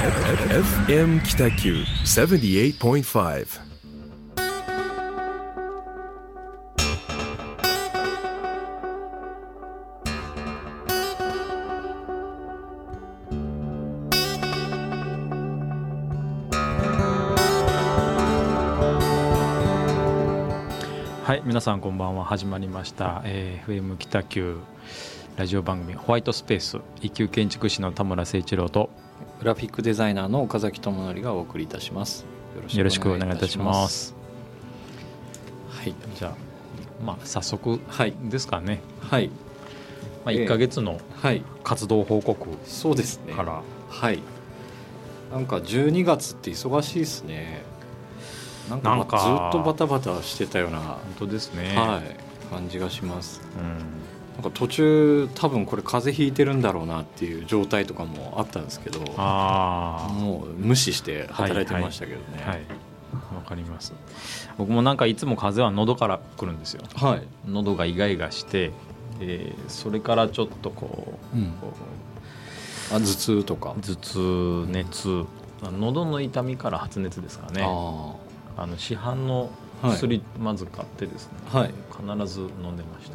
FM 北九 78.5。 はい、皆さんこんばんは。始まりました、FM 北九ラジオ番組ホワイトスペース。一級建築士の田村誠一郎とグラフィックデザイナーの岡崎智則がお送りいたします。 よろしくお願いいたします。 はい、 じゃあ、早速ですかね。 はい、 1ヶ月の活動報告から、 そうですね。はい、なんか12月って忙しいですね。なんかずっとバタバタしてたような、 本当ですね、 感じがします。なんか途中多分これ風邪ひいてるんだろうなっていう状態とかもあったんですけど、もう無視して働いてましたけどね。 はい、わかります。僕もなんかいつも風邪は喉から来るんですよ。喉がイガイガして、それからちょっと頭痛とか、 頭痛、熱、喉の痛みから発熱ですかね。市販の薬まず買ってですね、必ず飲んでました。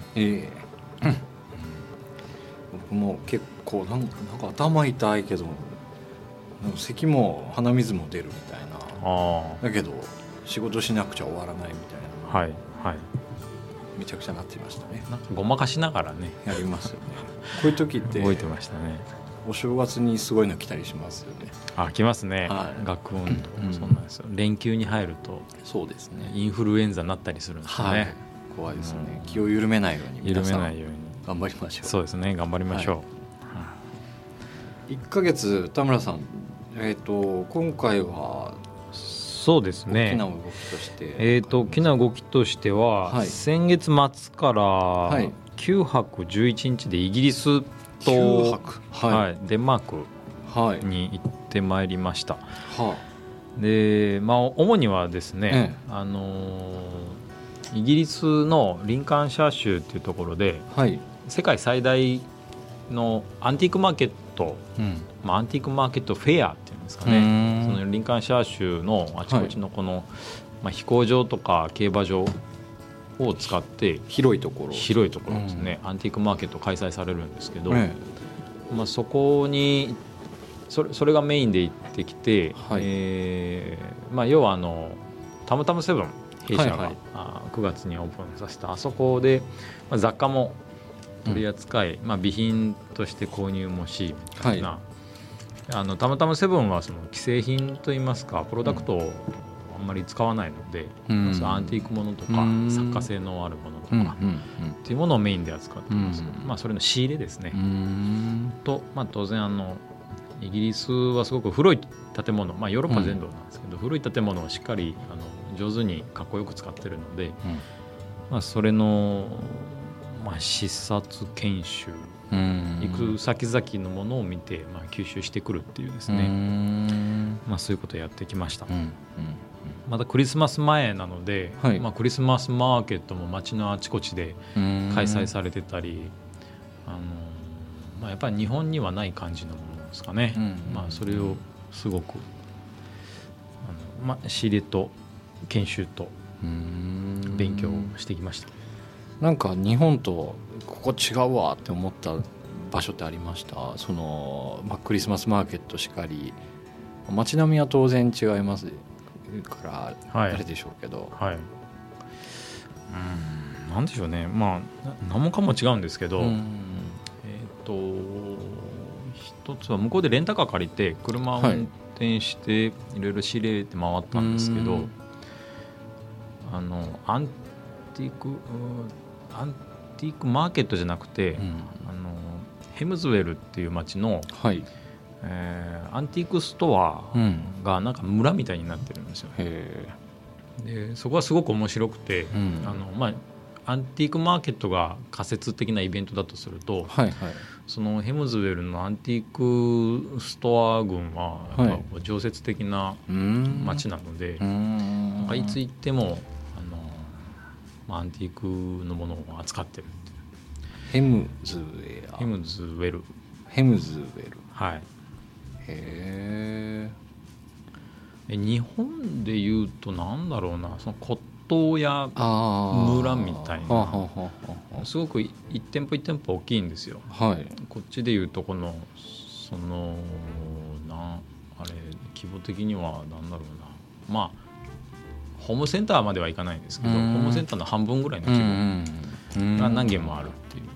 僕も結構なんか頭痛いけど咳も鼻水も出るみたいな、だけど仕事しなくちゃ終わらないみたいな、めちゃくちゃなってましたね。 なんかごまかしながらねやりますよね。こういう時って覚えてましたね。 お正月にすごいの来たりしますよね。 来ますね、学運と、そうなんですよ。連休に入ると、そうですね、インフルエンザになったりするんですよね。 怖いですね。気を緩めないように皆さん頑張りましょう。 そうですね、頑張りましょう。1ヶ月、田村さん、今回はそうですね、 大きな動きとして、 大きな動きとしては、先月末から9泊11日でイギリスとデンマークに行ってまいりました。で、主にはですね、イギリスのリンカンシャー州っていうところで、世界最大のアンティークマーケット、アンティークマーケットフェアっていうんですかね、そのリンカンシャー州のあちこちのこの、飛行場とか競馬場を使って広いところですね、アンティークマーケット開催されるんですけど、そこにそれがメインで行ってきて、要はタムタムセブン弊社が9月にオープンさせたあそこで、雑貨も取り扱い、備品として購入もしみたいな、タムタムセブンはその既製品といいますかプロダクトをあんまり使わないので、そのアンティークものとか作家性のあるものとかっていうものをメインで扱ってます。それの仕入れですね。と、当然イギリスはすごく古い建物、ヨーロッパ全土なんですけど、古い建物をしっかり上手にかっこよく使ってるので、それの、視察研修、行く先々のものを見て、吸収してくるっていうですね、そういうことをやってきました。まだクリスマス前なので、クリスマスマーケットも街のあちこちで開催されてたり、やっぱり日本にはない感じのものですかね。それをすごく仕入れと研修と勉強してきました。 なんか日本とここ違うわって思った場所ってありました？その、クリスマスマーケットしかり、街並みは当然違いますからあれでしょうけど、 なんでしょうね、何もかも違うんですけど、一つは向こうでレンタカー借りて車を運転していろいろ仕入れて回ったんですけど、アンティークマーケットじゃなくて、ヘムズウェルっていう町の、アンティークストアがなんか村みたいになってるんですよ。でそこはすごく面白くて、アンティークマーケットが仮説的なイベントだとすると、そのヘムズウェルのアンティークストア群はやっぱ常設的な町なので、なんかいつ行ってもアンティークのものを扱ってるっていう。 ヘムズウェル、 はい。 へえ。 日本でいうとなんだろうな、その骨董屋村みたいな、すごく一店舗一店舗大きいんですよ、はい、こっちでいうとこのそのあれ規模的にはなんだろうな、まあホームセンターまではいかないんですけど、ホームセンターの半分ぐらいの規模が何軒もあるっていう、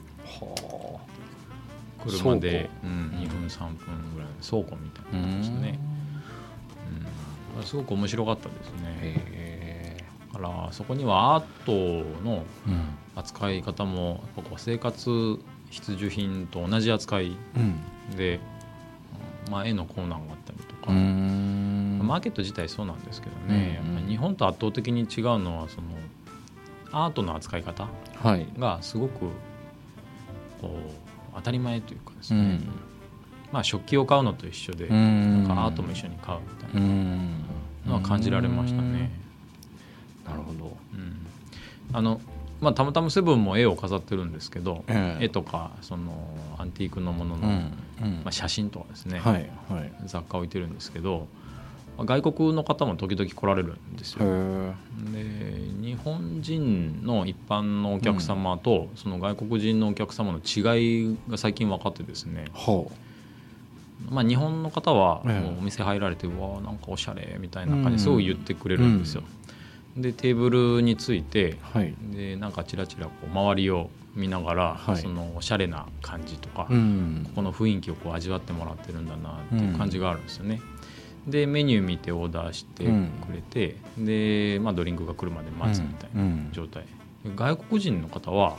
車で、2分3分ぐらいの倉庫みたいな感じですね、すごく面白かったですね。だからそこにはアートの扱い方もやっぱこう生活必需品と同じ扱いで、絵のコーナーがあったりとか、マーケット自体そうなんですけどね、やっぱ日本と圧倒的に違うのはそのアートの扱い方がすごくこう当たり前というかですね、食器を買うのと一緒で、なんかアートも一緒に買うみたいなのは感じられましたね。 なるほど。 たまたまセブンも絵を飾ってるんですけど、絵とかそのアンティークのものの、写真とかですね、雑貨を置いてるんですけど、外国の方も時々来られるんですよ。で日本人の一般のお客様と、その外国人のお客様の違いが最近分かってですね、日本の方はもうお店入られて、うわなんかおしゃれみたいな感じですごい言ってくれるんですよ。でテーブルについて、でなんかチラチラこう周りを見ながら、そのおしゃれな感じとか、ここの雰囲気をこう味わってもらってるんだなっていう感じがあるんですよね。でメニュー見てオーダーしてくれて、で、ドリンクが来るまで待つみたいな状態、外国人の方は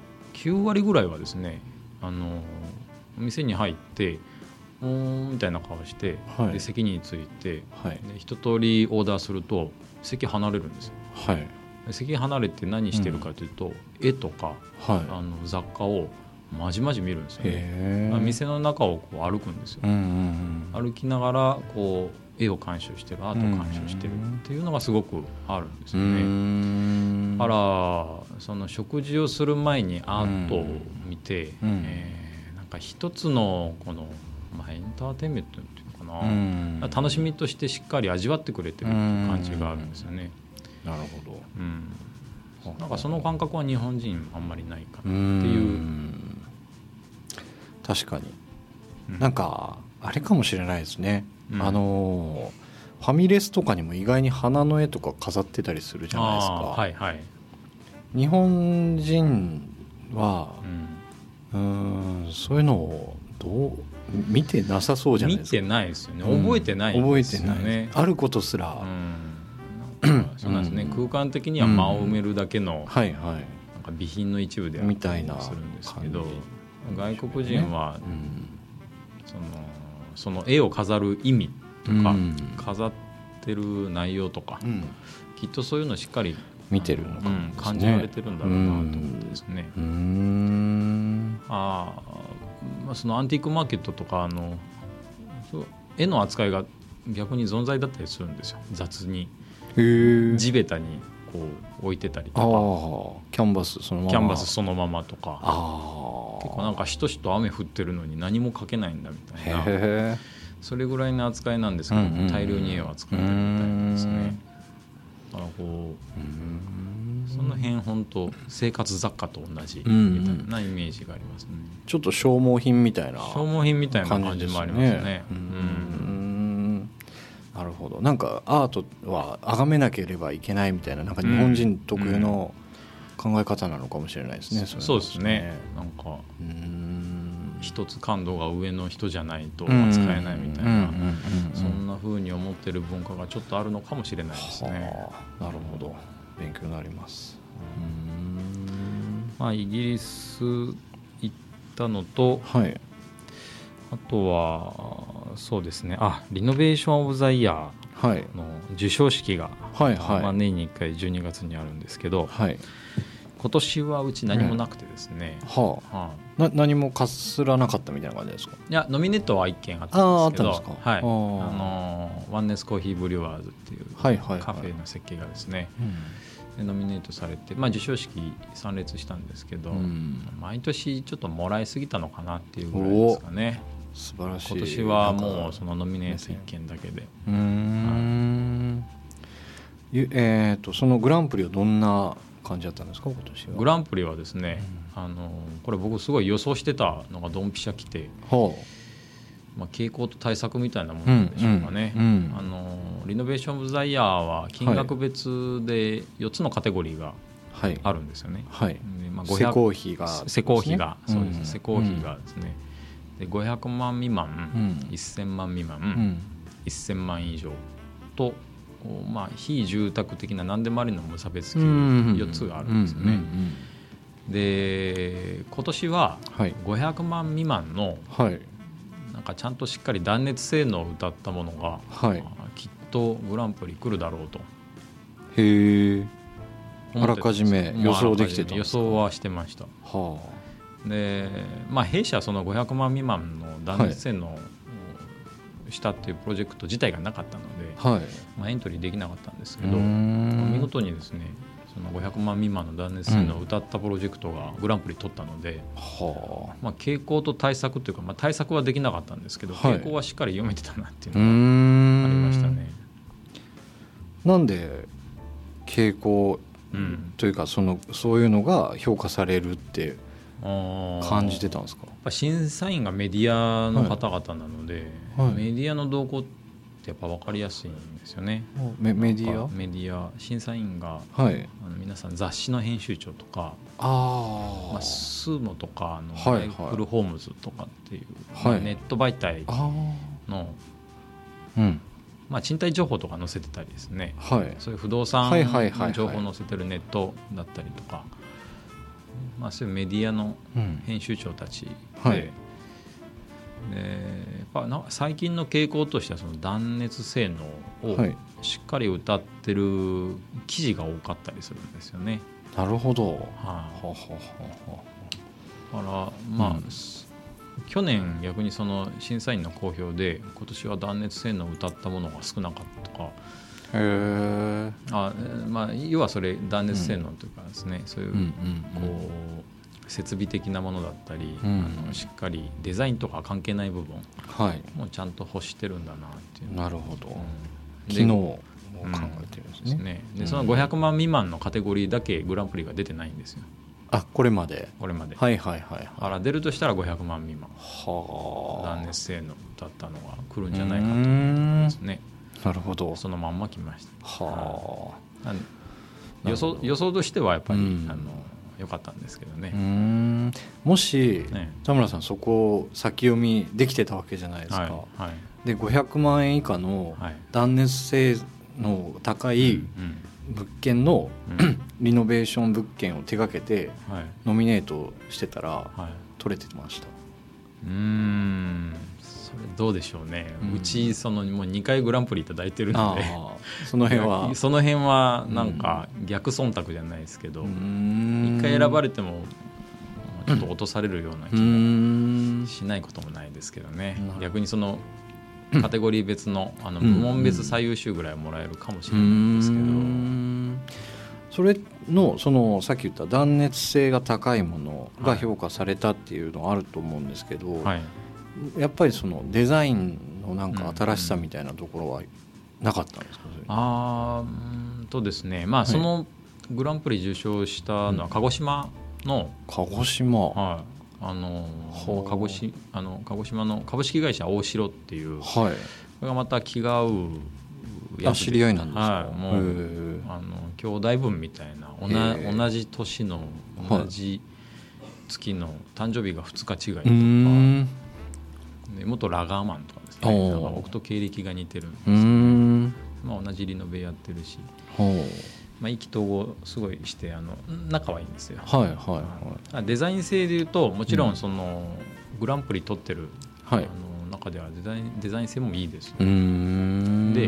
9割ぐらいはですね、お店に入ってみたいな顔して、で席について、で一通りオーダーすると席離れるんですよ。席離れて何してるかというと、絵とか、雑貨をまじまじ見るんですよね。店の中をこう歩くんですよ。歩きながらこう絵を鑑賞してる、アートを鑑賞してるっていうのがすごくあるんですよね。だからその食事をする前にアートを見て、なんか一つのこのエンターテインメントっていうのかな、楽しみとしてしっかり味わってくれてるっていう感じがあるんですよね。 なるほど。なんかその感覚は日本人あんまりないかなっていう。 確かに、なんかあれかもしれないですね。ファミレスとかにも意外に花の絵とか飾ってたりするじゃないですか。日本人は、そういうのを見てなさそうじゃないですか。 見てないですよね。覚えてないですよね。 あることすら、 そうなんですね。空間的には間を埋めるだけの、なんか備品の一部であったりするんですけど、外国人は、その絵を飾る意味とか、飾ってる内容とか、きっとそういうのをしっかり見てるのかも、 感じられてるんだろうなと思ってですね。そのアンティークマーケットとか絵の扱いが逆に存在だったりするんですよ。雑に地べたにこう置いてたりとか、 キャンバスそのままとか、結構なんかしとしと雨降ってるのに何も描けないんだみたいな、それぐらいの扱いなんですけど、大量に絵を扱ってるみたいなんですね。だからこうその辺本当生活雑貨と同じみたいなイメージがありますね。 ちょっと消耗品みたいな感じもありますね。 なるほど。なんかアートは崇めなければいけないみたいな、なんか日本人特有の考え方なのかもしれないですね。 そうですね。なんか一つ感度が上の人じゃないと扱えないみたいな、そんな風に思ってる文化がちょっとあるのかもしれないですね。 なるほど。勉強になります。 イギリス行ったのと、あとはそうですね、リノベーション・オブ・ザ・イヤーの授賞式が、年に1回12月にあるんですけど、今年はうち何もなくてですね、 何もかすらなかったみたいな感じですか？ いや、ノミネートは1件あったんですけど、ワンネスコーヒーブリュワーズっていうカフェの設計がですね、ノミネートされて、授賞式参列したんですけど、毎年ちょっともらいすぎたのかなっていうぐらいですかね。 素晴らしい。 今年はもうそのノミネート1件だけで、 そのグランプリはどんな感じだったんですか今年は。 グランプリはですね、これ僕すごい予想してたのがドンピシャ来て、傾向と対策みたいなものなんでしょうかね。リノベーション・オブ・ザ・イヤーは金額別で4つのカテゴリーがあるんですよね。 施工費が施工費がそうです。施工費がですね、で500万未満、1000万未満、1000万以上と、非住宅的な何でもありの無差別級4つがあるんですよね。で今年は500万未満のなんかちゃんとしっかり断熱性能を謳ったものが、きっとグランプリ来るだろうと。 へえ。あらかじめ予想できてたんですか。 予想はしてました。で、弊社はその500万未満の断熱性能をしたっていうプロジェクト自体がなかったので、エントリーできなかったんですけど、見事にですねその500万未満の断熱性能を謳ったプロジェクトがグランプリ取ったので、傾向と対策というか、対策はできなかったんですけど、傾向はしっかり読めてたなっていうのがありましたね。 なんで傾向というかそういうのが評価されるって感じてたんですか。 審査員がメディアの方々なので、メディアの動向ってやっぱ分かりやすいんですよね。 メディア審査員が、皆さん雑誌の編集長とか、スーモとかライフルホームズとかっていう、ネット媒体の賃貸情報とか載せてたりですね、そういう不動産の情報を載せてるネットだったりとか、そういうメディアの編集長たちで、最近の傾向としてはその断熱性能をしっかり謳ってる記事が多かったりするんですよね。 なるほど。 だから去年逆にその審査員の公表で今年は断熱性能を謳ったものが少なかったとか、要はそれ断熱性能というかですね、そういう設備的なものだったり、しっかりデザインとか関係ない部分もちゃんと欲してるんだなっていう。 なるほど。機能を考えてるんですね。 でその500万未満のカテゴリーだけグランプリが出てないんですよ。 これまで。 あら出るとしたら500万未満断熱性能だったのが来るんじゃないかと思いますね。 なるほど。 そのまんま来ました。予想としてはやっぱり良かったんですけどね。 もし田村さんそこを先読みできてたわけじゃないですか。で500万円以下の断熱性の高い物件のリノベーション物件を手掛けてノミネートしてたら取れてました。 それどうでしょうね。うちもう2回グランプリいただいてるのでその辺はなんか逆忖度じゃないですけど、1回選ばれてもちょっと落とされるような気がしないこともないですけどね。逆にそのカテゴリー別の部門別最優秀ぐらいもらえるかもしれないんですけど、 それのさっき言った断熱性が高いものが評価されたっていうのがあると思うんですけど、やっぱりそのデザインのなんか新しさみたいなところはなかったんですか。 ですね、そのグランプリ受賞したのは鹿児島の鹿児島の株式会社大城っていう、これがまた気が合うやつで、 知り合いなんですか。 もう兄弟分みたいな、同じ年の同じ月の誕生日が2日違いとか、元ラガーマンとかですね、僕と経歴が似てるんですけど、同じリノベやってるし、意気投合すごいして仲はいいんですよ。デザイン性でいうともちろんそのグランプリ取ってる中ではデザイン性もいいです。で、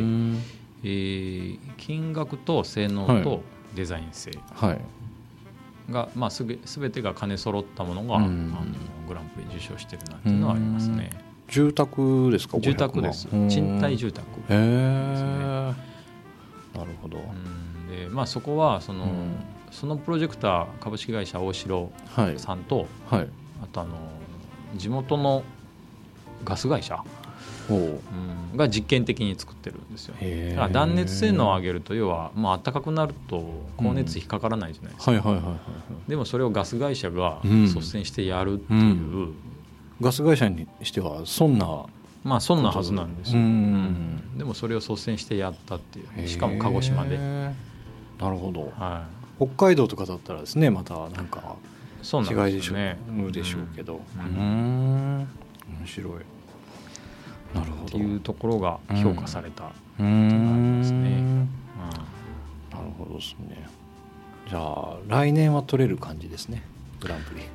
金額と性能とデザイン性が全てが兼ね揃ったものがグランプリ受賞してるなっていうのはありますね。 住宅ですか。 住宅です。賃貸住宅ですね。 なるほど。 でそこはそのプロジェクター株式会社大城さんと、あと地元のガス会社が実験的に作ってるんですよ。だから断熱性能を上げると要はもう暖かくなると光熱費かからないじゃないですか。でもそれをガス会社が率先してやるっていう、 ガス会社にしてはそんなまあそんなはずなんですよ。でもそれを率先してやったっていう、しかも鹿児島で。 なるほど、北海道とかだったらですねまたなんか違いでしょうけど、面白い。なるほど。 っていうところが評価されたっていうのがありますね。 なるほどですね。じゃあ来年は取れる感じですね、グランプリ。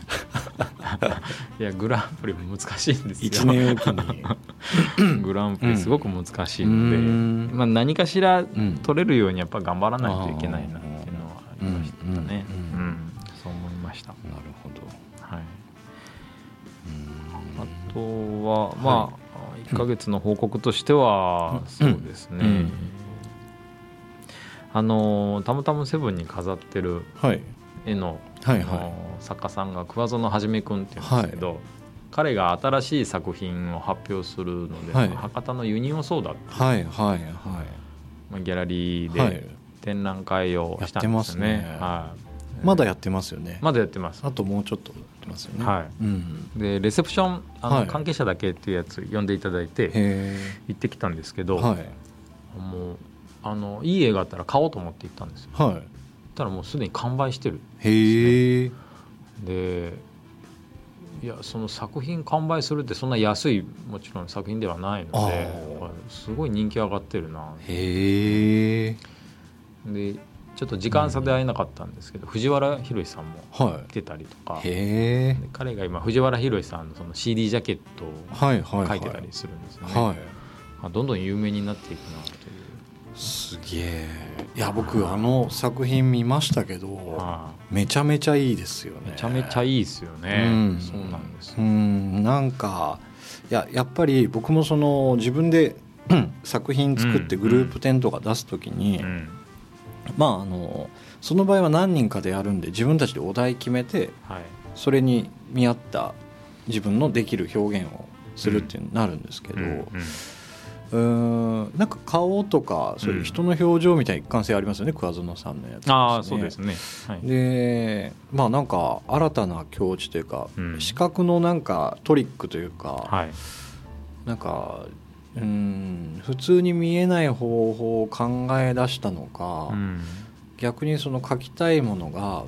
いやグランプリも難しいんですよ。 1年おきにグランプリすごく難しいので、まあ、何かしら取れるようにやっっぱ頑張らないといけないなっていうのはありましたね。そう思いました。 なるほど。 はい、あとはまあ1ヶ月の報告としてはそうですね、たむたむセブンに飾ってる絵の作家さんが桑園はじめ君っていうんですけど、彼が新しい作品を発表するので、博多のユニオンソーダっていう、ギャラリーで展覧会をしたんですよね。 まだやってますよね。 まだやってます。 あともうちょっとやってますよね。 でレセプション関係者だけっていうやつ呼んでいただいて行ってきたんですけど、もういい絵があったら買おうと思って行ったんですよ。そしたらもうすでに完売してるんですね。でいやその作品完売するってそんな安いもちろん作品ではないのですごい人気上がってるな。でちょっと時間差で会えなかったんですけど、藤原宏さんも来てたりとか、彼が今藤原宏さんのその CD ジャケットを描いてたりするんですよね。どんどん有名になっていくなという。 すげえ。いや僕作品見ましたけど、めちゃめちゃいいですよね。 めちゃめちゃいいですよね。そうなんです。 なんかやっぱり僕もその自分で作品作ってグループ展とか出すときに、その場合は何人かでやるんで自分たちでお題決めて、それに見合った自分のできる表現をするっていうになるんですけど、なんか顔とかそういう人の表情みたいな一貫性ありますよね、桑園さんのやつ。 そうですね。 でなんか新たな境地というか、視覚のなんかトリックというか、なんか普通に見えない方法を考え出したのか、逆にその描きたいものが、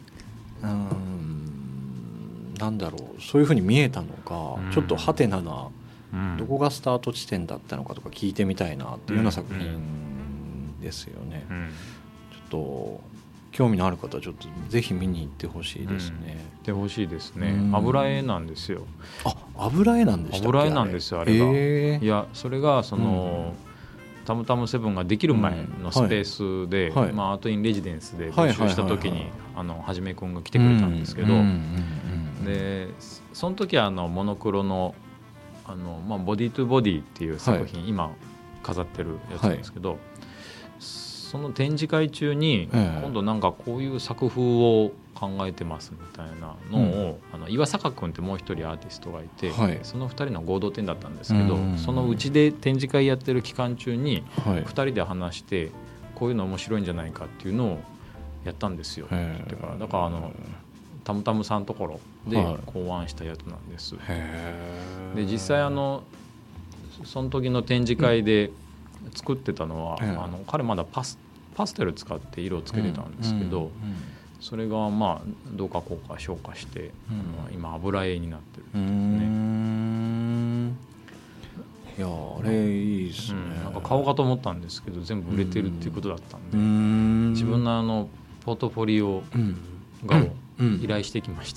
なんだろう、そういうふうに見えたのか、ちょっとハテナな、どこがスタート地点だったのかとか聞いてみたいなっていうような作品ですよね。ちょっと興味のある方はちょっとぜひ見に行ってほしいですね。 行ってほしいですね。油絵なんですよ。 油絵なんでしたっけ？ 油絵なんですよ、あれが。いやそれがその、たむたむセブンができる前のスペースで、アートインレジデンスで募集した時にはじめくんが来てくれたんですけど、でその時はモノクロのボディトゥボディっていう作品、今飾ってるやつなんですけど、その展示会中に今度なんかこういう作風を考えてますみたいなのを、岩坂君ってもう一人アーティストがいて、その2人の合同展だったんですけど、そのうちで展示会やってる期間中に2人で話して、こういうの面白いんじゃないかっていうのをやったんですよ。だからたむたむさんのところで考案したやつなんです。で実際その時の展示会で作ってたのは、彼まだパステル使って色をつけてたんですけど、それがどうかこうか消化して、今油絵になってるんですね。 いやあれいいですね。 なんか買おうかと思ったんですけど全部売れてるっていうことだったんで、自分のポートフォリオ画を依頼してきました。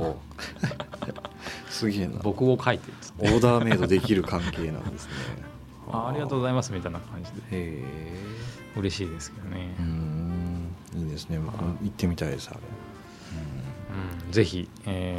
すげえな。 僕を描いてオーダーメイドできる関係なんですね。 ありがとうございますみたいな感じで嬉しいですけどね。 いいですね。僕行ってみたいです。あれぜひ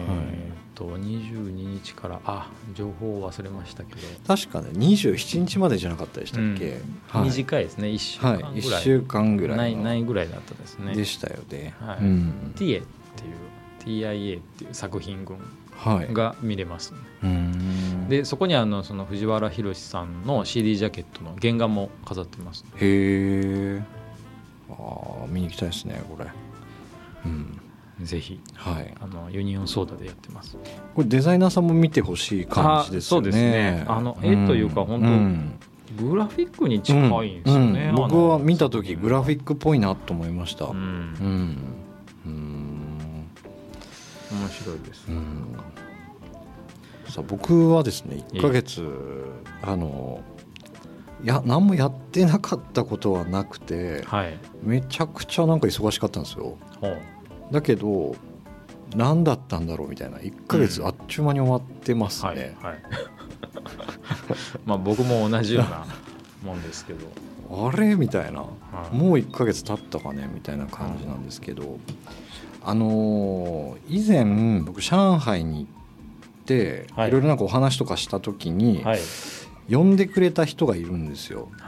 22日から情報を忘れましたけど、 確かね27日までじゃなかったでしたっけ？ 短いですね。1週間ぐらいないぐらいだったですね。 でしたよね。 TIA っていう作品群が見れますね。 でそこにその藤原宏さんの CD ジャケットの原画も飾ってます。 へえ、見に行きたいですねこれ。 ぜひ、 はい、 ユニオンソーダでやってます。 これデザイナーさんも見てほしい感じですよね。 そうですね、絵というか本当、グラフィックに近いんですよね。 僕は見た時グラフィックっぽいなと思いました。 面白いです。 さあ僕はですね1ヶ月何もやってなかったことはなくて、めちゃくちゃなんか忙しかったんですよ。だけど何だったんだろうみたいな1ヶ月あっちゅう間に終わってますね。 まあ僕も同じようなもんですけどあれみたいな、もう1ヶ月経ったかねみたいな感じなんですけど、以前僕上海に行っていろいろなんかお話とかした時に、呼んでくれた人がいるんですよ。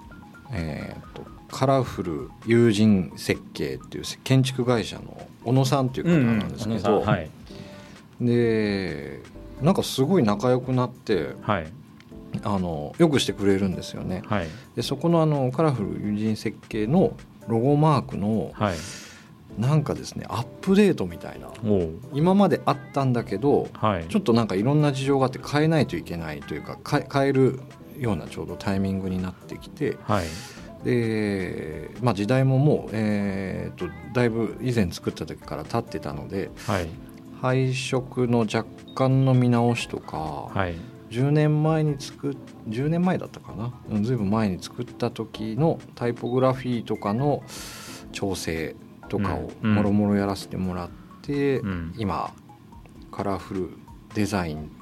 カラフル友人設計っていう建築会社の小野さんっていう方なんですけど、でなんかすごい仲良くなって、よくしてくれるんですよね。でそこのカラフル友人設計のロゴマークの、なんかですねアップデートみたいな、今まであったんだけど、ちょっとなんかいろんな事情があって変えないといけないというか変えるようなちょうどタイミングになってきて、で時代ももう、だいぶ以前作った時から経ってたので、配色の若干の見直しとか、10年前だったかな、ずいぶん前に作った時のタイポグラフィーとかの調整とかをもろもろやらせてもらって、今カラフルデザイン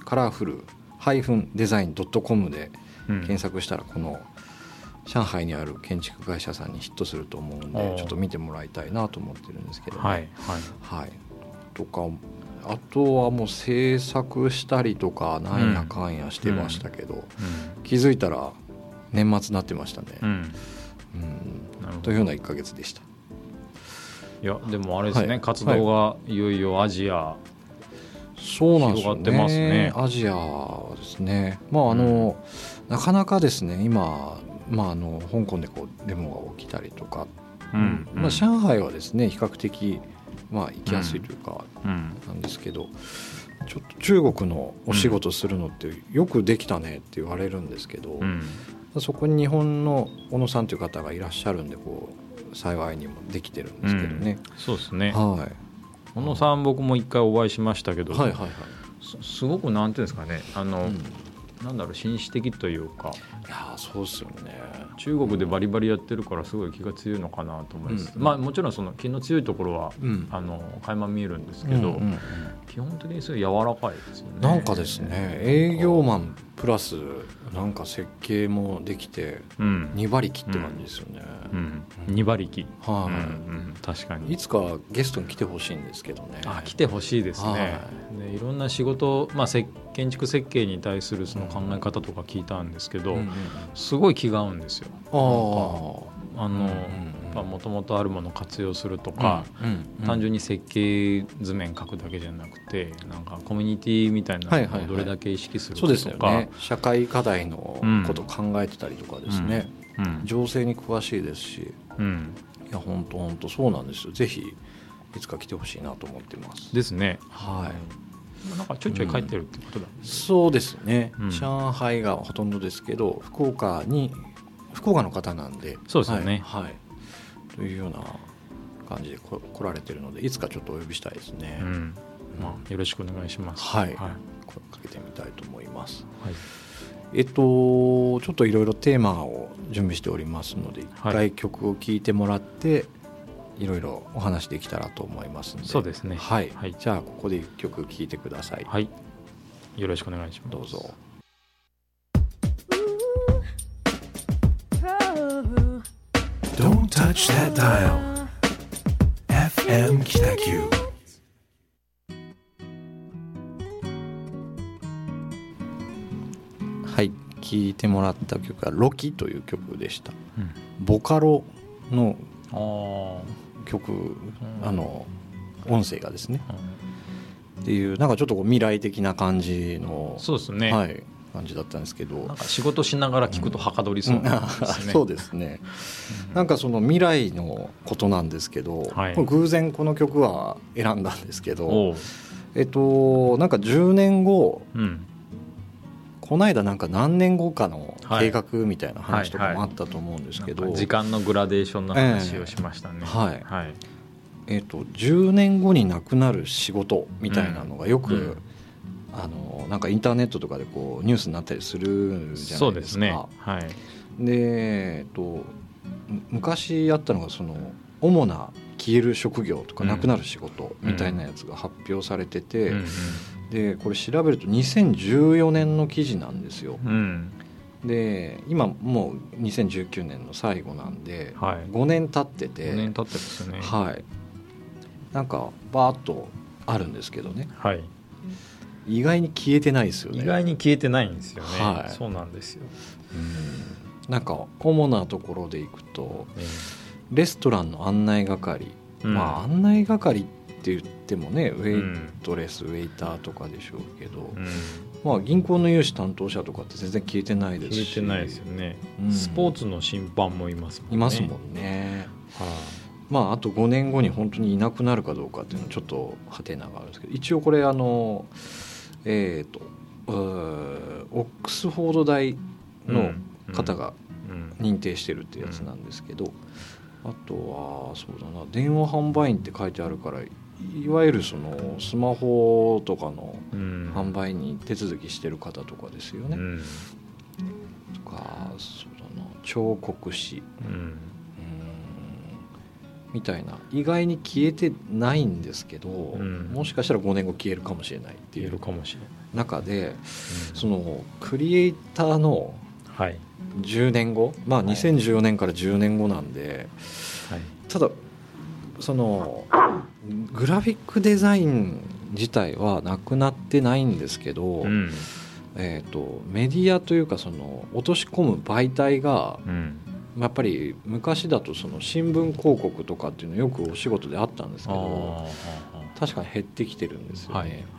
-design.com で検索したらこの上海にある建築会社さんにヒットすると思うんで、ちょっと見てもらいたいなと思ってるんですけどね。とかあとはもう制作したりとかなんやかんやしてましたけど、気づいたら年末になってましたね。というような1ヶ月でした。 いやでもあれですね、活動がいよいよアジア広がってますね。 アジアですね。なかなかですね今、香港でデモが起きたりとか、上海はですね比較的行きやすいというかなんですけど、ちょっと中国のお仕事するのってよくできたねって言われるんですけど、そこに日本の小野さんという方がいらっしゃるんで幸いにもできてるんですけどね。 そうですね。小野さん僕も一回お会いしましたけど、すごくなんていうんですかね、なんだろう、紳士的というか。 いやそうですよね。 中国でバリバリやってるからすごい気が強いのかなと思います。もちろんその気の強いところは、垣間見えるんですけど、基本的にすごい柔らかいですよね。 なんかですね営業マンプラスなんか設計もできて、2馬力って感じですよね。 2馬力、確かに。 いつかゲストに来てほしいんですけどね。 来てほしいですね。でいろんな仕事、建築設計に対するその考え方とか聞いたんですけど、すごい気が合うんですよ。もともとあるものを活用するとか、単純に設計図面描くだけじゃなくて、なんかコミュニティみたいなのをどれだけ意識するかとか、 そうですよね。社会課題のことを考えてたりとかですね、情勢に詳しいですし、いや本当そうなんですよ。ぜひいつか来てほしいなと思っていますですね。なんかちょいちょい帰ってるってことだ、 そうですね、上海がほとんどですけど福岡の方なんで。 そうですよね。 というような感じで来られてるので、いつかちょっとお呼びしたいですね。 よろしくお願いします。 声かけてみたいと思います。ちょっといろいろテーマを準備しておりますので、一回曲を聴いてもらっていろいろお話できたらと思いますので。 そうですね。 じゃあここで一曲聴いてください。 よろしくお願いします。 どうぞ。 Don't touch that dial. FM 北九。 聴いてもらった曲はロキという曲でした。ボカロの曲、音声がですね、 っていうなんかちょっとこう未来的な感じのそうですね、 はい、感じだったんですけど、 なんか仕事しながら聞くとはかどりそうなんですね、 そうですね、なんかその未来のことなんですけど、はい、偶然この曲は選んだんですけど、なんか10年後、この間なんか何年後かの計画みたいな話とかもあったと思うんですけど、 時間のグラデーションの話をしましたね、 はいはい、10年後になくなる仕事みたいなのがよく、なんかインターネットとかでこうニュースになったりするじゃないですか。 そうですね、はい、 で、昔あったのがその主な消える職業とかなくなる仕事みたいなやつが発表されてて、でこれ調べると2014年の記事なんですよ、で今もう2019年の最後なんで、5年経ってて、 5年経ってますね、 はい、なんかバーッとあるんですけどね、はい、意外に消えてないですよね。 意外に消えてないんですよね、 はい、 そうなんですよ。 なんか主なところでいくと、レストランの案内係、まあ案内係って言ってもね、ウェイトレス、ウェイターとかでしょうけど、まあ、銀行の融資担当者とかって全然消えてないですし、 消えてないですよね、スポーツの審判もいますもんね。 いますもんね、まあ、あと5年後に本当にいなくなるかどうかっていうのはちょっとハテナがあるんですけど、一応これオックスフォード大の方が認定してるってやつなんですけど、あとはそうだな、電話販売員って書いてあるから、いわゆるそのスマホとかの販売に手続きしてる方とかですよね、とかそうだな、彫刻師、みたいな、意外に消えてないんですけど、もしかしたら5年後消えるかもしれないっていう中で、そのクリエイターの10年後、まあ2014年から10年後なんで、ただそのグラフィックデザイン自体はなくなってないんですけど、メディアというかその落とし込む媒体が、やっぱり昔だとその新聞広告とかっていうのよくお仕事であったんですけど、確かに減ってきてるんですよね。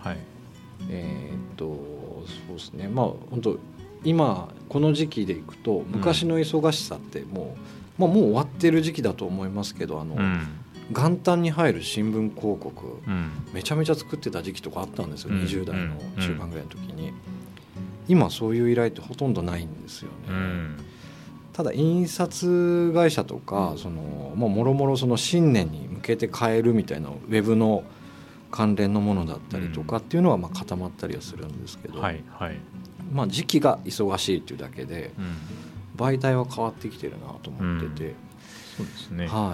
そうですね、まあ本当今この時期でいくと昔の忙しさってもう終わってる時期だと思いますけど、元旦に入る新聞広告、めちゃめちゃ作ってた時期とかあったんですよ、20代の中盤ぐらいの時に。今そういう依頼ってほとんどないんですよね。ただ印刷会社とかもろもろその新年に向けて変えるみたいなウェブの関連のものだったりとかっていうのはまあ固まったりはするんですけど、まあ時期が忙しいっていうだけで、媒体は変わってきてるなと思ってて、 そうですね、 はい、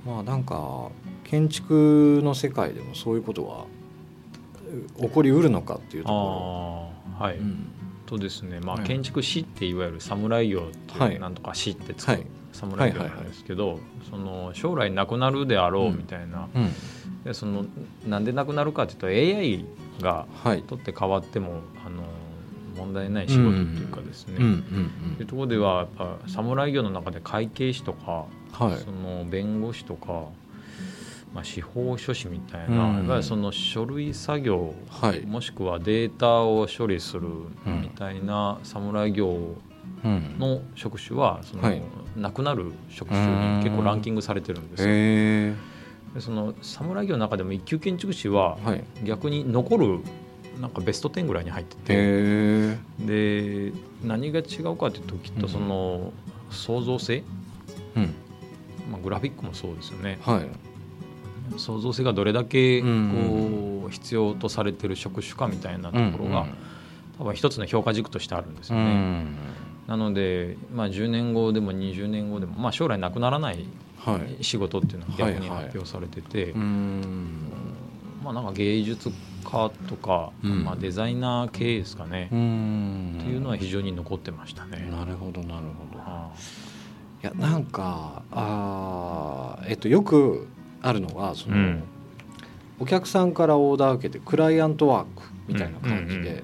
まあなんか建築の世界でもそういうことは起こりうるのかっていうところ、 とですね、まあ、建築士っていわゆる侍業っていうなんとか士って使う侍業なんですけど、その将来なくなるであろうみたいな、でそのなんでなくなるかというと AI が取って変わっても問題ない仕事っていうかですね、というところではやっぱ侍業の中で会計士とか、その弁護士とか、まあ、司法書士みたいな、いわゆるその書類作業、もしくはデータを処理するみたいな侍業の職種はその、なくなる職種に結構ランキングされてるんですよ。でその侍業の中でも一級建築士は逆に残るなんかベスト10ぐらいに入ってて、で何が違うかというときっとその創造性、まあ、グラフィックもそうですよね、創造性がどれだけこう必要とされている職種かみたいなところが多分一つの評価軸としてあるんですよね。なので、まあ、10年後でも20年後でも、まあ、将来なくならない仕事っていうのが逆に発表されてて、まあ、なんか芸術家とか、まあ、デザイナー系ですかね、っていうのは非常に残ってましたね。 なるほどなるほど。いやなんかよくあるのがその、お客さんからオーダーを受けてクライアントワークみたいな感じで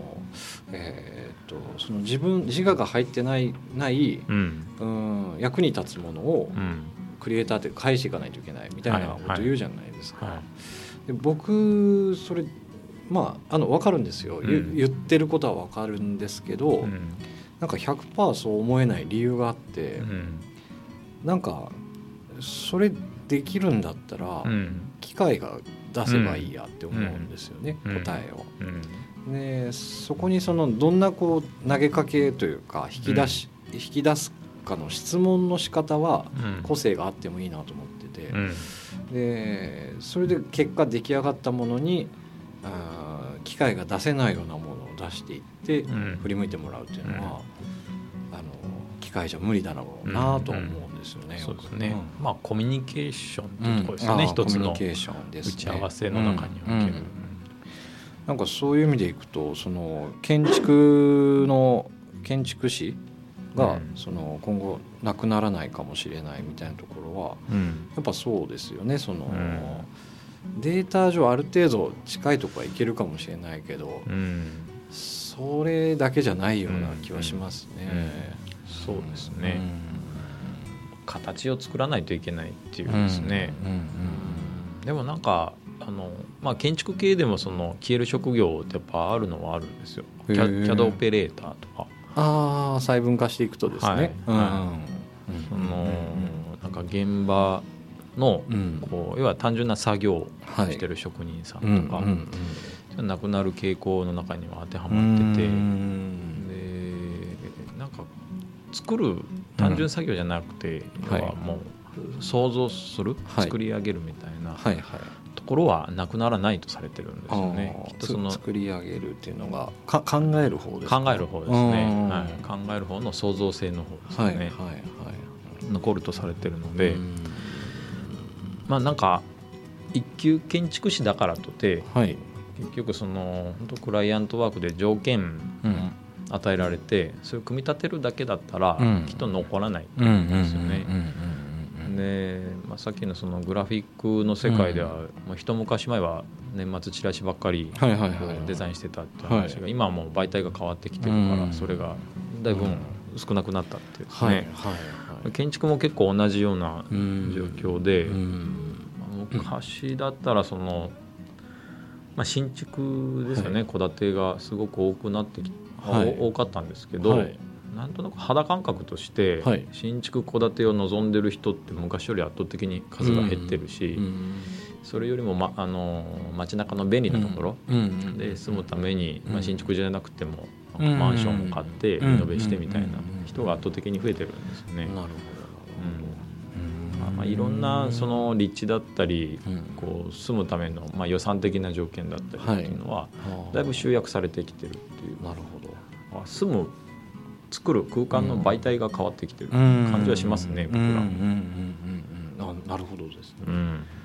その自我が入ってない、役に立つものをクリエイターって返していかないといけないみたいなこと言うじゃないですか。で僕それまあ分かるんですよ、言ってることは分かるんですけど、なんか 100% そう思えない理由があって、なんかそれできるんだったら、機械が出せばいいやって思うんですよね、答えを。でそこにそのどんなこう投げかけというか引き出すかの質問の仕方は個性があってもいいなと思ってて、でそれで結果出来上がったものに機械が出せないようなものを出していって振り向いてもらうっていうのは、機械じゃ無理だろうなと思うんですよね。 そうですね、まあコミュニケーションっていうところですよね、一つの打ち合わせの中における、 なんかそういう意味でいくと、その建築士がその今後なくならないかもしれないみたいなところはやっぱそうですよね。そのデータ上ある程度近いところはいけるかもしれないけど、それだけじゃないような気はしますね。 そうですね、形を作らないといけないっていうですね、でもなんかまあ、建築系でもその消える職業ってやっぱあるのはあるんですよ。CAD オペレーターとか細分化していくとですね、 なんか現場のこう要は単純な作業をしてる職人さんとか亡くなる傾向の中には当てはまってて、でなんか作る単純作業じゃなくて、要はもう想像する、作り上げるみたいなところはなくならないとされてるんですよね。 きっとその作り上げるっていうのが考える方ですか。考える方ですね、考える方の創造性の方ですね、残るとされてるので、まあなんか一級建築士だからとて、結局その本当クライアントワークで条件与えられてそれを組み立てるだけだったらきっと残らないんですよね。でまあ、さっきのそのグラフィックの世界では、もう一昔前は年末チラシばっかりデザインしてたって話が、今はもう媒体が変わってきてるから、それがだいぶ少なくなったっていうですね、建築も結構同じような状況で、昔だったらその、まあ、新築ですよね、戸建てがすごく多くなって多かったんですけど、なんとなく肌感覚として新築戸建てを望んでる人って昔より圧倒的に数が減ってるし、それよりも、街中の便利なところで住むために、新築じゃなくてもマンションを買ってリノベしてみたいな人が圧倒的に増えてるんですよね。いろんなその立地だったり、こう住むための予算的な条件だったりっていうのはだいぶ集約されてきてるっていう。作る空間の媒体が変わってきてる感じはしますね、僕ら。 なるほどですね。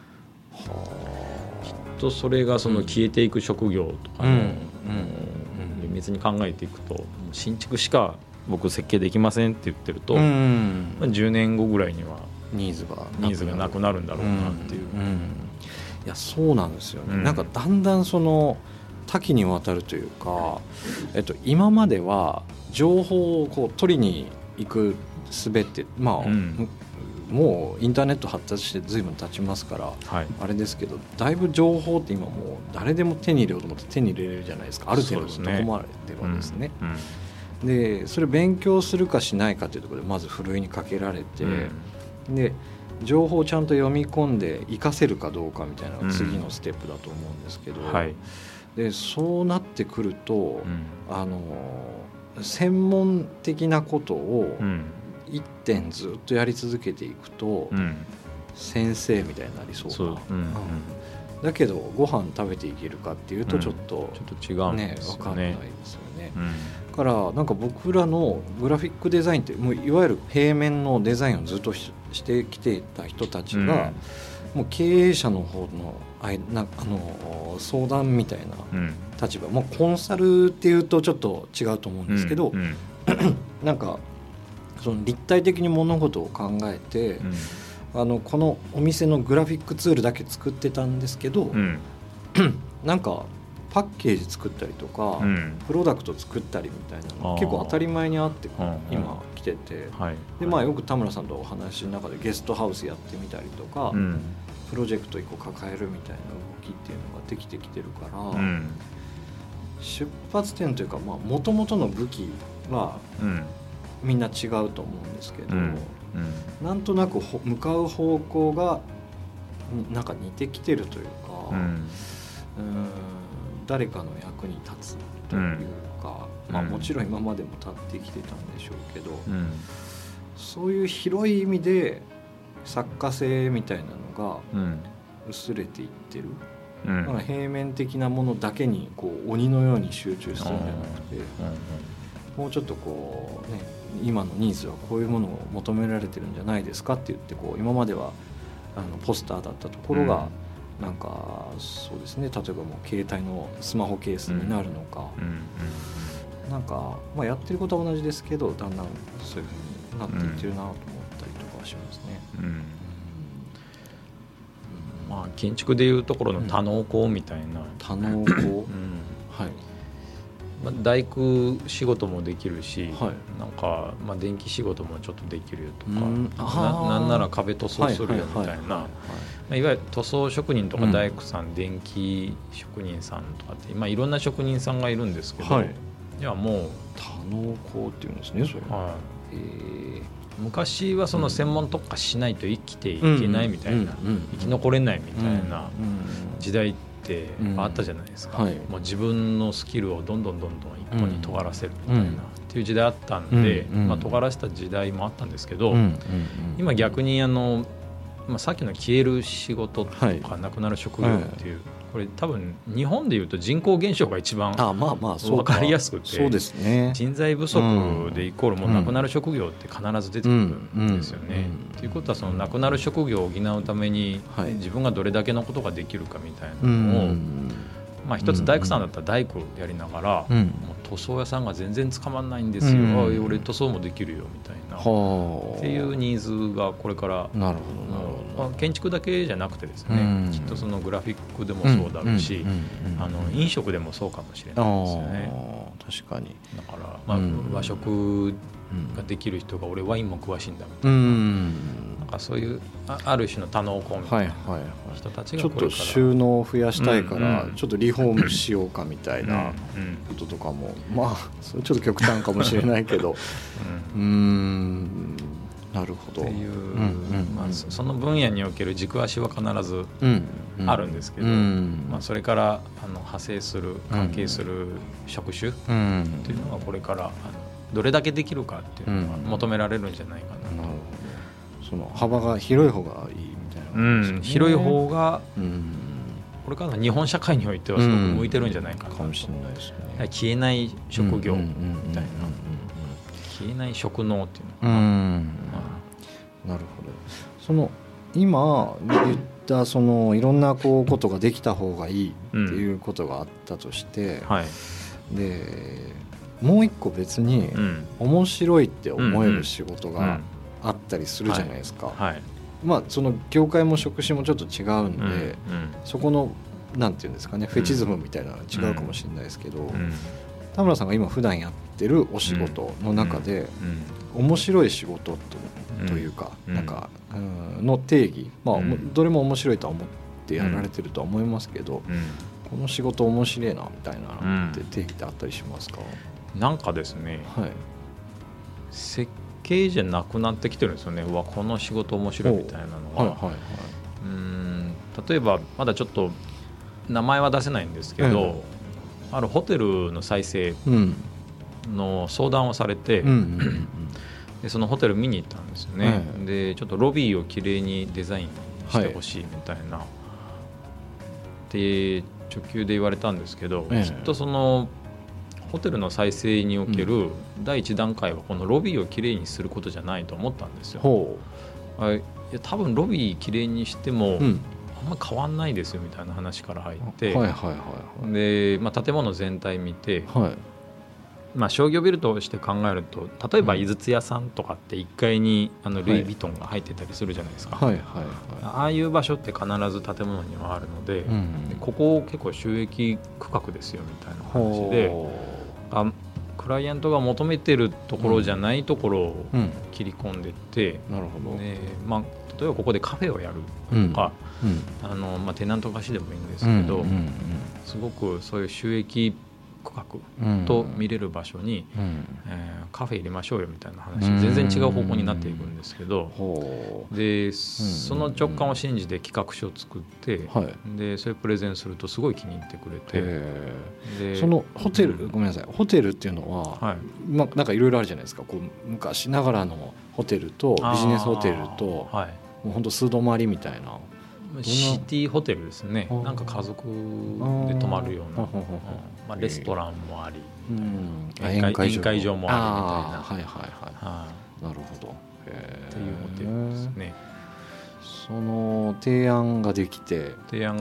きっとそれがその消えていく職業とかの厳密に考えていくと、新築しか僕設計できませんって言ってると、10年後ぐらいにはニーズがなくなるんだろうなっていう。 いやそうなんですよね。なんかだんだんその多岐にわたるというか、今までは情報をこう取りに行く術って、もうインターネット発達して随分経ちますから、あれですけど、だいぶ情報って今もう誰でも手に入れようと思って手に入れれるじゃないですか。ある程度と込まれてるわけですね。でそれ勉強するかしないかというところでまずふるいにかけられて、で情報をちゃんと読み込んで活かせるかどうかみたいなのが次のステップだと思うんですけど、でそうなってくると、専門的なことを一点ずっとやり続けていくと、先生みたいになりそうな、だけどご飯食べていけるかっていうとちょっと違うんですよね。 分かんないですよね。だからなんか僕らのグラフィックデザインってもういわゆる平面のデザインをずっとしてきていた人たちが、もう経営者の方の相談みたいな立場、コンサルっていうとちょっと違うと思うんですけど、なんかその立体的に物事を考えて、このお店のグラフィックツールだけ作ってたんですけど、なんかパッケージ作ったりとか、プロダクト作ったりみたいなのが結構当たり前にあって今来てて、でよく田村さんとお話の中でゲストハウスやってみたりとか、プロジェクト1個抱えるみたいな動きっていうのができてきてるから、 出発点というかもともとの武器はみんな違うと思うんですけど、なんとなく向かう方向がなんか似てきてるというか、誰かの役に立つというか、もちろん今までも立ってきてたんでしょうけど、そういう広い意味で作家性みたいなのが薄れていってる、だから平面的なものだけにこう鬼のように集中するんじゃなくて、もうちょっとこうね、今のニーズはこういうものを求められてるんじゃないですかって言って、こう今まではポスターだったところが、なんかそうですね、例えばもう携帯のスマホケースになるのか、なんか、やってることは同じですけど、だんだんそういうふうになっていってるなと思ったりとかしますね。 建築でいうところの多能工みたいな、 多能工、はい、 大工仕事もできるし、なんか、電気仕事もちょっとできるよとか、なんなら壁塗装するよみたいな、いわゆる塗装職人とか大工さん、電気職人さんとかって、いろんな職人さんがいるんですけど、いやもう多能工っていうんですね、それ。 昔はその専門特化しないと生きていけないみたいな、生き残れないみたいな時代ってあったじゃないですか。もう自分のスキルをどんどん一個に尖らせるみたいなっていう時代あったんで、尖らせた時代もあったんですけど、今逆にさっきの消える仕事とかなくなる職業っていう、これ多分日本でいうと人口減少が一番分かりやすくて、人材不足でイコールもうなくなる職業って必ず出てくるんですよね。ということは、そのなくなる職業を補うために自分がどれだけのことができるかみたいなのを、一つ大工さんだったら大工やりながら、もう塗装屋さんが全然捕まんないんですよ、俺塗装もできるよみたいなっていうニーズがこれから建築だけじゃなくてですね、きっとそのグラフィックでもそうだろうし、飲食でもそうかもしれないですよね。 確かに。 だから、和食ができる人が俺ワインも詳しいんだみたいな、なんかそういうある種の多能工みたいな人たちがちょっと収納を増やしたいからちょっとリフォームしようかみたいなこととかも、それちょっと極端かもしれないけど、なるほどっていう、 その分野における軸足は必ずあるんですけど、それから派生する関係する職種っていうのがこれからどれだけできるかっていうのが求められるんじゃないかなと。 その幅が広い方がいいみたいな、 広い方がこれからの日本社会においてはすごく向いてるんじゃないかなと、 かもしれないですね。 消えない職業みたいな、消えない職能っていうのかな。 なるほど。その今言ったそのいろんなことができた方がいいっていうことがあったとして、でもう一個別に面白いって思える仕事があったりするじゃないですか。その業界も職種もちょっと違うんで、そこのなんていうんですかね、フェチズムみたいなのは違うかもしれないですけど、田村さんが今普段やってるお仕事の中で面白い仕事というか、なんかの定義、どれも面白いとは思ってやられてるとは思いますけど、この仕事面白いなみたいなのって定義ってあったりしますか？ なんかですね、設計じゃなくなってきてるんですよね。この仕事面白いみたいなのが、例えばまだちょっと名前は出せないんですけど、あるホテルの再生の相談をされて、でそのホテル見に行ったんですよね。でちょっとロビーをきれいにデザインしてほしいみたいな、で直球で言われたんですけど、きっとそのホテルの再生における第一段階はこのロビーをきれいにすることじゃないと思ったんですよ。いや多分ロビーきれいにしても、あんま変わんないですよみたいな話から入って、で、建物全体見て、商業ビルとして考えると、例えば井筒屋さんとかって1階にルイ・ヴィトンが入ってたりするじゃないですか。ああいう場所って必ず建物にはあるので、ここ結構収益区画ですよみたいな話で、クライアントが求めてるところじゃないところを切り込んでいって、例えばここでカフェをやるとか、テナント貸しでもいいんですけど、すごくそういう収益区画と見れる場所に、カフェ入れましょうよみたいな話、全然違う方向になっていくんですけど、でその直感を信じて企画書を作って、でそれプレゼンするとすごい気に入ってくれて、 でそのホテル、ごめんなさい、ホテルっていうのは、なんかいろいろあるじゃないですか。こう昔ながらのホテルとビジネスホテルと、もう本当素泊まりみたいなシティホテルですね。なんか家族で泊まるような、レストランもあり、宴会場もありみたいな、 なるほどっていうホテルですね。 その提案ができて、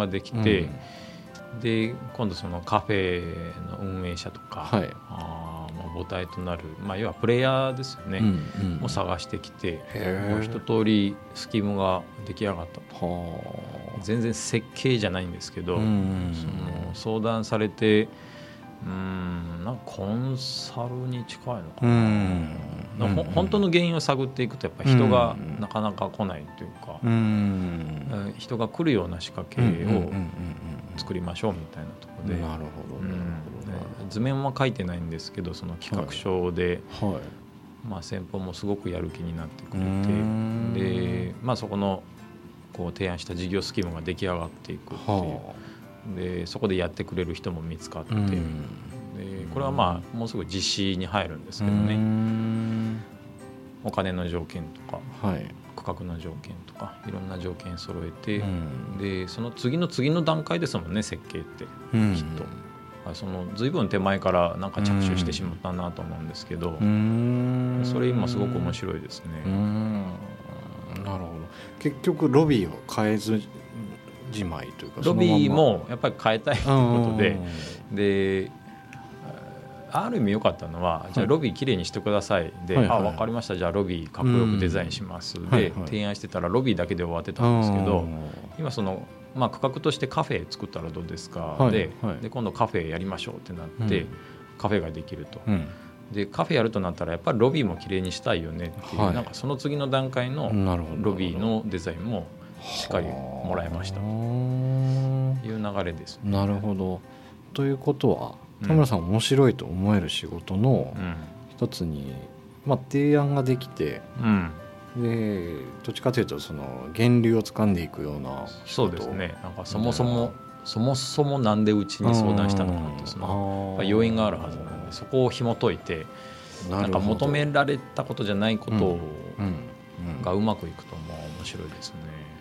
で今度そのカフェの運営者とか、母体となる、要はプレイヤーですよね、を探してきて、もう一通りスキームが出来上がったと。全然設計じゃないんですけど、その相談されて、なんかコンサルに近いのかな、本当の原因を探っていくとやっぱり人がなかなか来ないというか、人が来るような仕掛けを作りましょうみたいなところで、 なるほど、 図面は書いてないんですけど、その企画書で、先方もすごくやる気になってくれて、で、そこのこう提案した事業スキームが出来上がっていくっていう、でそこでやってくれる人も見つかって、でこれはもうすぐ実施に入るんですけどね、お金の条件とか、区画の条件とかいろんな条件揃えて、でその次の段階ですもんね、設計ってきっと。その随分手前からなんか着手してしまったなと思うんですけど、それ今すごく面白いですね。 なるほど。結局ロビーを変えずじまいというか、 ロビーもやっぱり変えたいということで、である意味良かったのは、じゃあロビーきれいにしてくださいで、分かりました、じゃあロビーかっこよくデザインしますで提案してたらロビーだけで終わってたんですけど、今その区画としてカフェ作ったらどうですか、で今度カフェやりましょうってなって、カフェができると、でカフェやるとなったらやっぱりロビーもきれいにしたいよねっていう、なんかその次の段階のロビーのデザインもしっかりもらいましたという流れですね。 なるほど。ということは田村さん面白いと思える仕事の一つに、提案ができて、でどっちかというとその源流を掴んでいくような。 そうですね。なんかそもそもなんでうちに相談したのかってその要因があるはずなんで、そこを紐解いて、なんか求められたことじゃないことがうまくいくと面白いですね。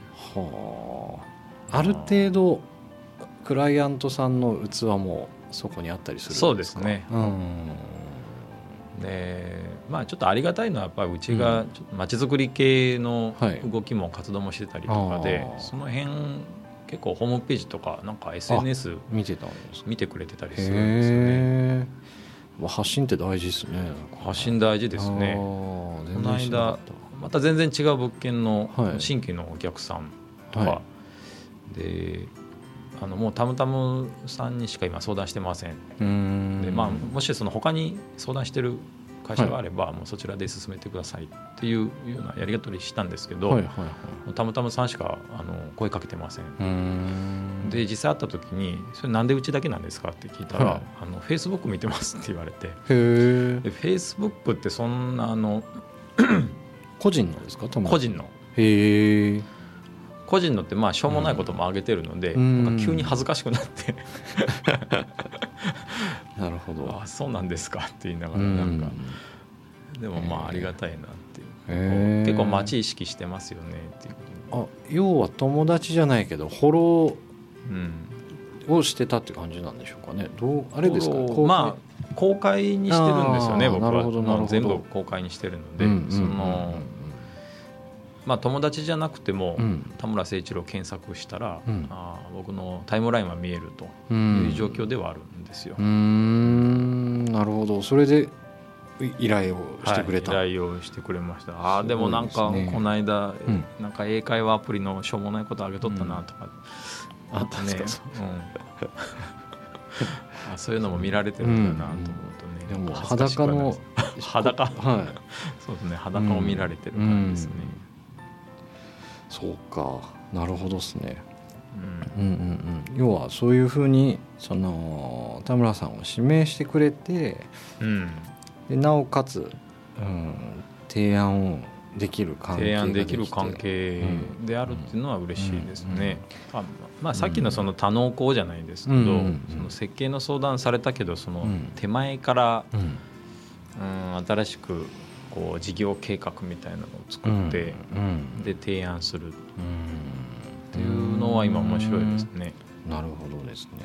ある程度クライアントさんの器もそこにあったりするんですか？ そうですね。でちょっとありがたいのはやっぱりうちがまちづくり系の動きも活動もしてたりとかで、その辺結構ホームページとかなんか SNS 見てくれてたりするんですよね。 発信って大事ですね。 発信大事ですね。この間また全然違う物件の新規のお客さんとかで、もうタムタムさんにしか今相談してません。でもしその他に相談してる会社があれば、もうそちらで進めてくださいっていうようなやり取りしたんですけど、タムタムさんしか声かけてません。で実際会った時にそれなんでうちだけなんですかって聞いたら、Facebook 見てますって言われて、で Facebook ってそんな個人のですか？ 個人の。個人のってしょうもないことも上げてるので、なんか急に恥ずかしくなってなるほど。 そうなんですかって言いながら、なんかでもありがたいなっていう、結構街意識してますよねっていう。 要は友達じゃないけどフォローをしてたって感じなんでしょうかね。あれですか？ 公開にしてるんですよね。僕は全部公開にしてるので、その友達じゃなくても、田村誠一郎検索したら、僕のタイムラインは見えるという状況ではあるんですよ。 なるほど。それで依頼をしてくれた。 依頼をしてくれました。でもなんかこの間、なんか英会話アプリのしょうもないことあげとったなとか、 あったんですか？ そういうのも見られてるんだなと思うとね。 でも裸のそうですね。裸を見られてる感じですね。 そうか、なるほどですね。 要はそういうふうにその田村さんを指名してくれて、でなおかつ、提案をできる関係ができて、 提案できる関係であるっていうのは嬉しいですね。さっきのその多能工じゃないですけど、その設計の相談されたけどその手前から、新しくこう事業計画みたいなのを作って、で提案するっていうのは今面白いですね。 なるほどですね。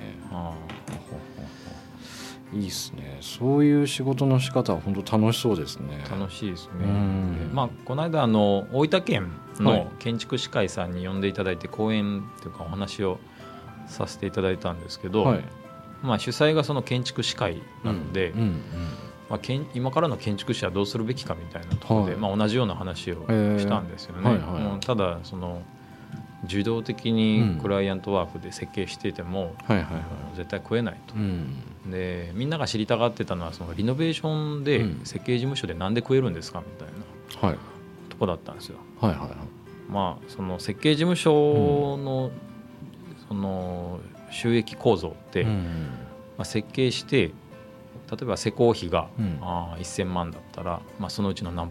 いいですね。そういう仕事の仕方は本当楽しそうですね。 楽しいですね。この間大分県の建築士会さんに呼んでいただいて講演というかお話をさせていただいたんですけど、主催がその建築士会なので、今からの建築士はどうするべきかみたいなところで、同じような話をしたんですよね。ただその受動的にクライアントワークで設計していても絶対食えないと、でみんなが知りたがってたのはそのリノベーションで設計事務所でなんで食えるんですかみたいなとこだったんですよ。その設計事務所のその収益構造って、設計して例えば施工費が1000万だったら、そのうちの何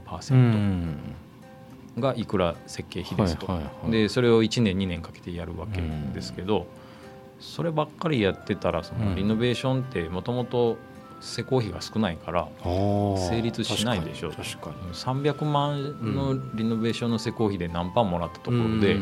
%がいくら設計費ですと、でそれを1年2年かけてやるわけですけど、そればっかりやってたらそのリノベーションってもともと施工費が少ないから成立しないでしょ。300万のリノベーションの施工費で何パンもらったところで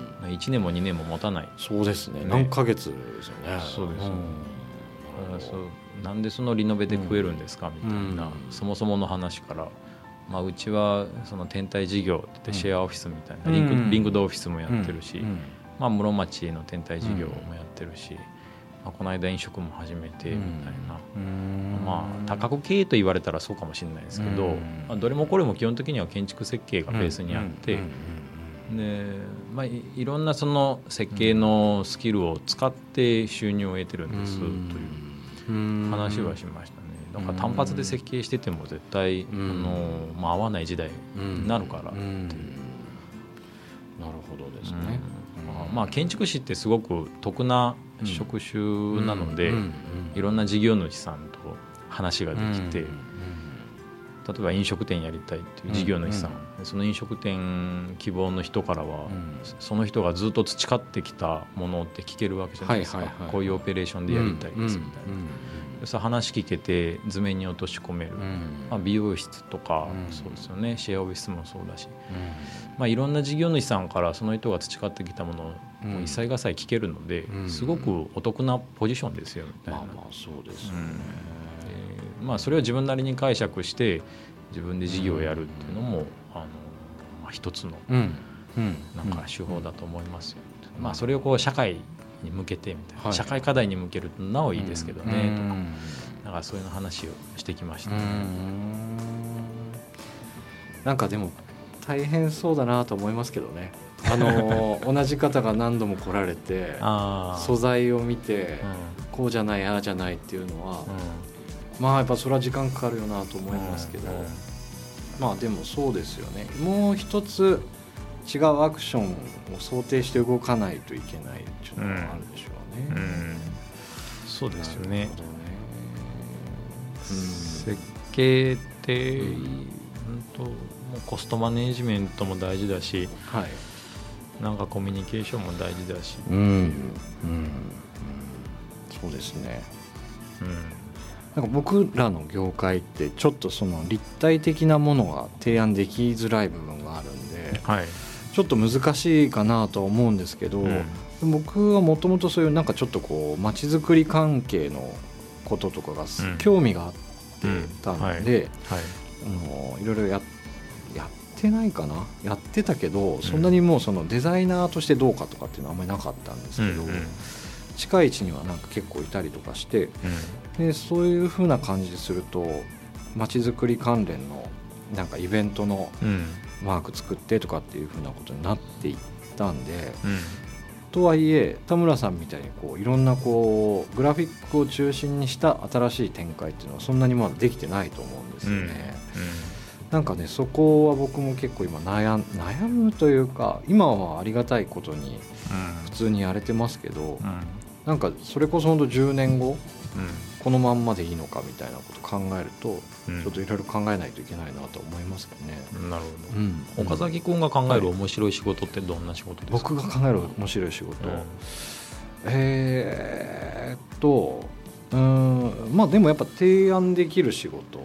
1年も2年も持たない。 そうですね。何ヶ月ですよね。 そうです。なんでそのリノベで食えるんですかみたいな、そもそもの話から、うちはその天体事業ってシェアオフィスみたいなリンクドオフィスもやってるし、室町の天体事業もやってるし、この間飲食も始めてみたいな、多角経営と言われたらそうかもしれないですけど、どれもこれも基本的には建築設計がベースにあって、でいろんなその設計のスキルを使って収入を得てるんですという話はしましたね。だから単発で設計してても絶対合わない時代になるからっていう。 なるほどですね。 建築士ってすごく得な職種なので、いろんな事業主さんと話ができて、例えば飲食店やりたいっていう事業主さん、その飲食店希望の人からは、その人がずっと培ってきたものって聞けるわけじゃないですか。こういうオペレーションでやりたいですみたいな、話聞けて図面に落とし込める、美容室とかそうですよね、シェアオフィスもそうだし、いろんな事業主さんからその人が培ってきたものを一切合切聞けるので、すごくお得なポジションですよみたいな。 そうですよね。 それを自分なりに解釈して自分で事業をやるっていうのも一つのなんか手法だと思いますよ。それをこう社会に向けてみたいな、社会課題に向けるとなおいいですけどねとか、だからそういうの話をしてきましたね。 なんかでも大変そうだなと思いますけどね。同じ方が何度も来られて素材を見て、こうじゃないああじゃないっていうのは、やっぱそれは時間かかるよなと思いますけど、でもそうですよね。もう一つ違うアクションを想定して動かないといけないっていうのがあるでしょうね。 そうですよね。設計ってもうコストマネジメントも大事だし、なんかコミュニケーションも大事だし、 そうですね。なんか僕らの業界ってちょっとその立体的なものが提案できづらい部分があるんで、ちょっと難しいかなとは思うんですけど、僕はもともとそういうなんかちょっとこう街づくり関係のこととかが興味があってたので、いろいろやってないかな、やってたけど、そんなにもうそのデザイナーとしてどうかとかっていうのはあんまりなかったんですけど、近い位置にはなんか結構いたりとかして、でそういう風な感じですると街づくり関連のなんかイベントのマーク作ってとかっていう風なことになっていったんで、とはいえ田村さんみたいにこういろんなこうグラフィックを中心にした新しい展開っていうのはそんなにまだできてないと思うんですよね。 なんかねそこは僕も結構今悩むというか、今はありがたいことに普通にやれてますけど、なんかそれこそほんと10年後、このまんまでいいのかみたいなこと考えると、ちょっといろいろ考えないといけないなと思いますけどね。 なるほど、岡崎君が考える面白い仕事ってどんな仕事ですか？ 僕が考える面白い仕事、まあでもやっぱ提案できる仕事、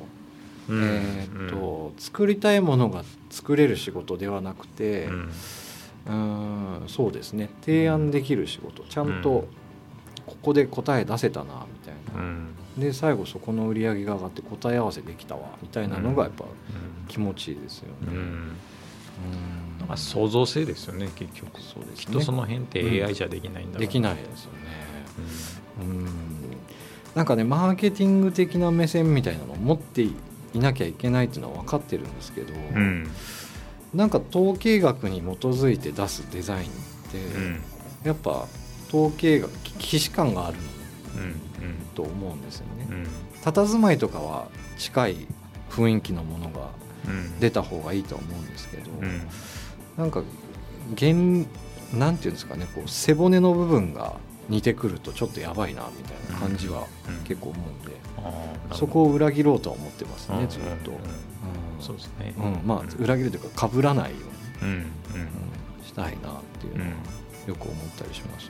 作りたいものが作れる仕事ではなくて、そうですね、提案できる仕事、ちゃんとここで答え出せたなみたいな、で最後そこの売り上げが上がって答え合わせできたわみたいなのがやっぱ気持ちいいですよね。 なんか創造性ですよね結局。そうですね、きっとその辺って AI じゃできないんだろうな。 できないですよね。なんかねマーケティング的な目線みたいなのを持っていなきゃいけないっていうのは分かってるんですけど、なんか統計学に基づいて出すデザインって、やっぱ統計学既視感があると思うんですよね。佇まいとかは近い雰囲気のものが出た方がいいと思うんですけど、なんかなんていうんですかね、こう背骨の部分が似てくるとちょっとやばいなみたいな感じは結構思うんで、そこを裏切ろうとは思ってますねずっと。 そうですね、 まあ裏切るというか被らないようにしたいなっていうのはよく思ったりしますね。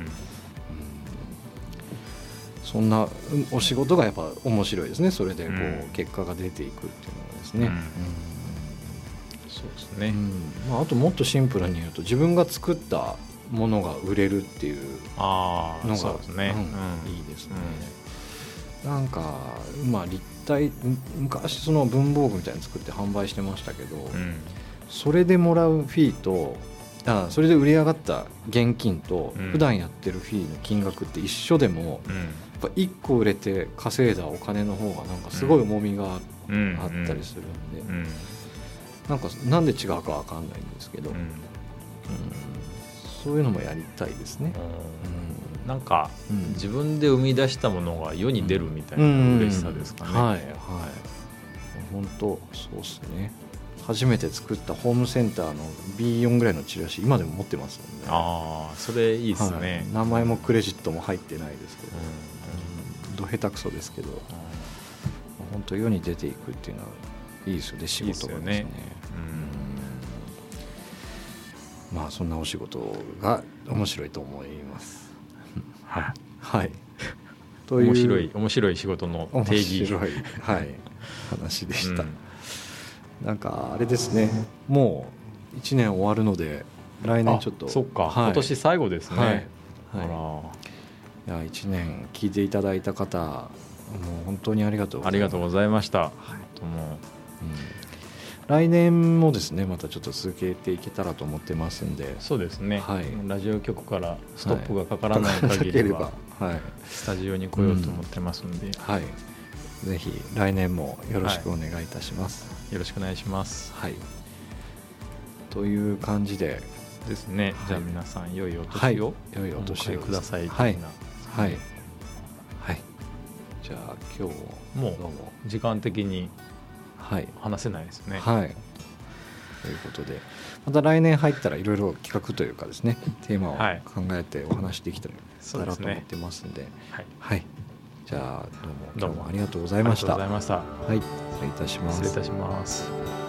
そんなお仕事がやっぱ面白いですね。それでこう結果が出ていくっていうのはですね。 そうですね。 あともっとシンプルに言うと自分が作ったものが売れるっていうのがいいですね。なんか立体、昔その文房具みたいに作って販売してましたけど、それでもらうフィーとそれで売り上がった現金と普段やってるフィーの金額って一緒でも、やっぱ1個売れて稼いだお金の方がなんかすごい重みがあったりするんで、なんで違うか分かんないんですけど、そういうのもやりたいですね。 なんか自分で生み出したものが世に出るみたいな嬉しさですかね。本当そうですね。初めて作ったホームセンターの B4 ぐらいのチラシ今でも持ってますもんね。 それいいですね。 名前もクレジットも入ってないですけど、ど下手くそですけど、本当世に出ていくっていうのはいいですよね、仕事がですね。まあそんなお仕事が面白いと思います。はい。 という面白い仕事の定義、 面白い話でした。なんかあれですね、もう1年終わるので来年ちょっとそっか、今年最後ですね。 いや1年聞いていただいた方もう本当にありがとうございました。 来年もですねまたちょっと続けていけたらと思ってますんで。 そうですね、ラジオ局からストップがかからない限りはスタジオに来ようと思ってますんで、 ぜひ来年もよろしくお願いいたします。 よろしくお願いします。 という感じでですね。じゃあ皆さん良いお年をお迎えください。じゃあ今日もう時間的に話せないですね。 ということでまた来年入ったらいろいろ企画というかですねテーマを考えてお話できたらなと思ってますんで、じゃあどうもありがとうございました。 失礼いたします。 失礼いたします。